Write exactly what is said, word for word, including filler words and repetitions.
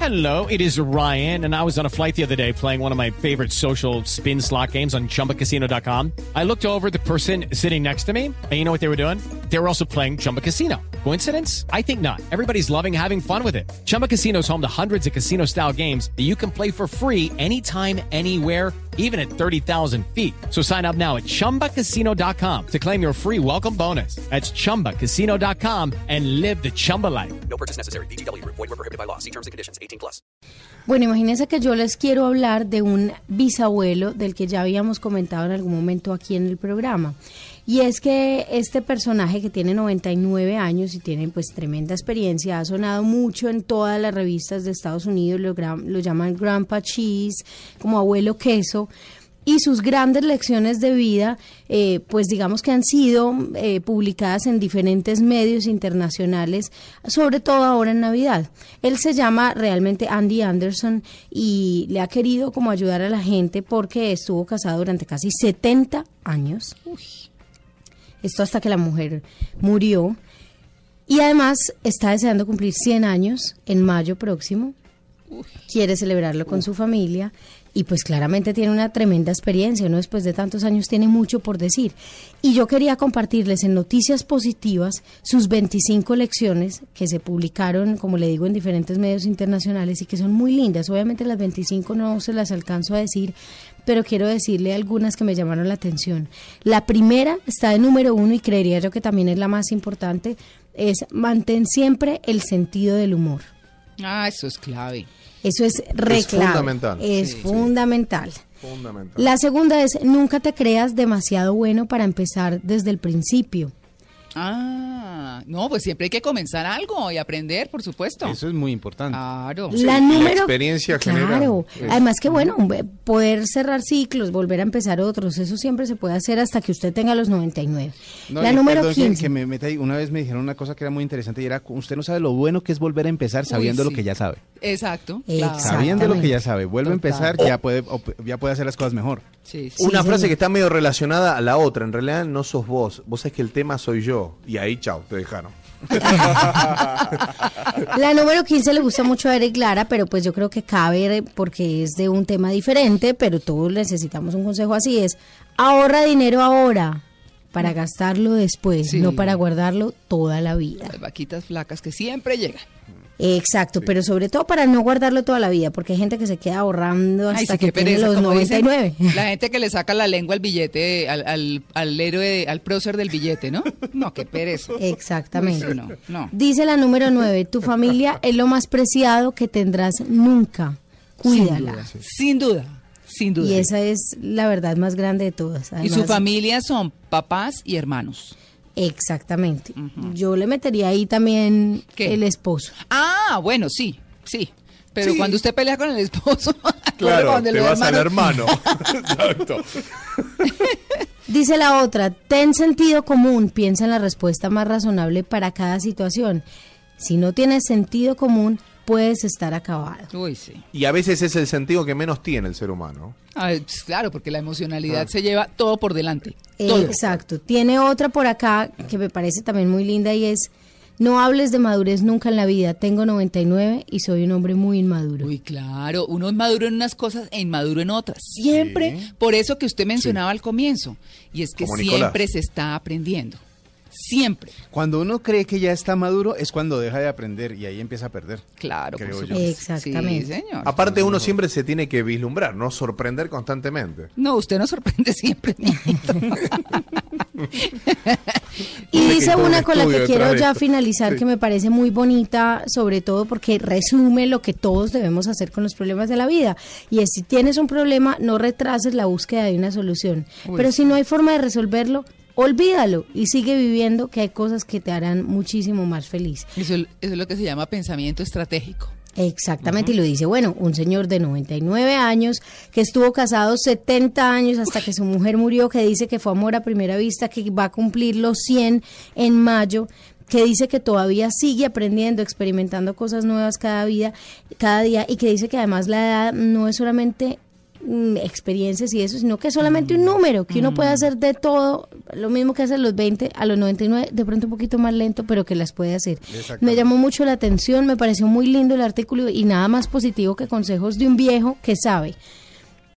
Hello, it is Ryan, and I was on a flight the other day playing one of my favorite social spin slot games on Chumba Casino dot com. I looked over at the person sitting next to me, and you know what they were doing? They were also playing Chumba Casino. Coincidence? I think not. Everybody's loving having fun with it. Chumba Casino is home to hundreds of casino-style games that you can play for free anytime, anywhere, even at thirty thousand feet. So sign up now at Chumba Casino dot com to claim your free welcome bonus. That's Chumba Casino dot com and live the Chumba life. No purchase necessary. V G W. Void where prohibited by law. See terms and conditions. eighteen plus. Bueno, imagínense que yo les quiero hablar de un bisabuelo del que ya habíamos comentado en algún momento aquí en el programa. Y es que este personaje que tiene noventa y nueve años y tiene pues tremenda experiencia, ha sonado mucho en todas las revistas de Estados Unidos, lo, lo llaman Grandpa Cheese, como abuelo queso, y sus grandes lecciones de vida, eh, pues digamos que han sido eh, publicadas en diferentes medios internacionales, sobre todo ahora en Navidad. Él se llama realmente Andy Anderson y le ha querido como ayudar a la gente porque estuvo casado durante casi setenta años. Uy. Esto hasta que la mujer murió. Y además está deseando cumplir cien años en mayo próximo. Uy. Quiere celebrarlo con Uy. su familia. Y pues claramente tiene una tremenda experiencia, uno después de tantos años tiene mucho por decir. Y yo quería compartirles en Noticias Positivas sus veinticinco lecciones que se publicaron, como le digo, en diferentes medios internacionales y que son muy lindas. Obviamente las veinticinco no se las alcanzo a decir, pero quiero decirle algunas que me llamaron la atención. La primera está de número uno y creería yo que también es la más importante, es mantén siempre el sentido del humor. Ah, eso es clave. Eso es re Es clave. fundamental. Es Sí, fundamental. sí. Fundamental. La segunda es, nunca te creas demasiado bueno para empezar desde el principio. Ah, no, pues siempre hay que comenzar algo y aprender, por supuesto. Eso es muy importante. Claro. Sí, La y la número, experiencia genera claro. eso. Además que bueno, poder cerrar ciclos, volver a empezar otros, eso siempre se puede hacer hasta que usted tenga los noventa y nueve. No, La y número perdón que- quince. Que me meta ahí, una vez me dijeron una cosa que era muy interesante y era, usted no sabe lo bueno que es volver a empezar sabiendo Uy, lo sí. que ya sabe. Exacto. Exacto. claro. Sabiendo lo que ya sabe, vuelve Total. a empezar, ya puede, op- ya puede hacer las cosas mejor. Sí, sí. Una Sí, frase señor. que está medio relacionada a la otra. En realidad no sos vos. Vos es que el tema soy yo. Y ahí, chao, te dejaron. La número quince le gusta mucho a Eric Lara, pero pues yo creo que cabe porque es de un tema diferente, pero todos necesitamos un consejo así, es ahorra dinero ahora para gastarlo después, Sí. no para guardarlo toda la vida. Las vaquitas flacas que siempre llegan. Exacto, pero sobre todo para no guardarlo toda la vida, porque hay gente que se queda ahorrando hasta Ay, sí, que qué tiene pereza, los como noventa y nueve. dicen, la gente que le saca la lengua al billete, al, al, al héroe, al prócer del billete, ¿no? No, qué pereza. Exactamente. Sí, no, no. Dice la número nueve, tu familia es lo más preciado que tendrás nunca. Cuídala. Sin duda, sin duda. Y esa es la verdad más grande de todas. Y Además, su familia son papás y hermanos. Exactamente. Yo le metería ahí también ¿Qué? el esposo. Ah, bueno, sí, sí. Pero Sí. cuando usted pelea con el esposo, corre Claro, donde te los vas al hermanos. hermano. Exacto. Dice la otra, ten sentido común, piensa en la respuesta más razonable para cada situación. Si no tienes sentido común, puedes estar acabado. Uy, sí. Y a veces es el sentido que menos tiene el ser humano. A ver, pues, claro, porque la emocionalidad Ah. se lleva todo por delante. Todo. Exacto. Tiene otra por acá que me parece también muy linda y es, no hables de madurez nunca en la vida. Tengo noventa y nueve y soy un hombre muy inmaduro. Uy, claro, uno es maduro en unas cosas e inmaduro en otras. Siempre, Sí. por eso que usted mencionaba al comienzo, y es que Como siempre Nicolás. se está aprendiendo. Siempre. Cuando uno cree que ya está maduro es cuando deja de aprender y ahí empieza a perder. Claro, por Creo yo. supuesto. Exactamente. Sí, señor. Aparte uno siempre se tiene que vislumbrar, no sorprender constantemente. No, usted nos sorprende siempre. Y Dice que dice todo un una con la estudio que quiero detrás de ya esto. finalizar, Sí. que me parece muy bonita, sobre todo porque resume lo que todos debemos hacer con los problemas de la vida. Y es, si tienes un problema, no retrases la búsqueda de una solución. Uy, Pero sí. si no hay forma de resolverlo, olvídalo y sigue viviendo, que hay cosas que te harán muchísimo más feliz. Eso, eso es lo que se llama pensamiento estratégico. Exactamente, y lo dice, bueno, un señor de noventa y nueve años, que estuvo casado setenta años hasta que su mujer murió, que dice que fue amor a primera vista, que va a cumplir los cien en mayo, que dice que todavía sigue aprendiendo, experimentando cosas nuevas cada día, cada día, y que dice que además la edad no es solamente mm, experiencias y eso, sino que es solamente un número, que uno puede hacer de todo, lo mismo que hace a los veinte, a los noventa y nueve, de pronto un poquito más lento, pero que las puede hacer. Me llamó mucho la atención, me pareció muy lindo el artículo y nada más positivo que consejos de un viejo que sabe.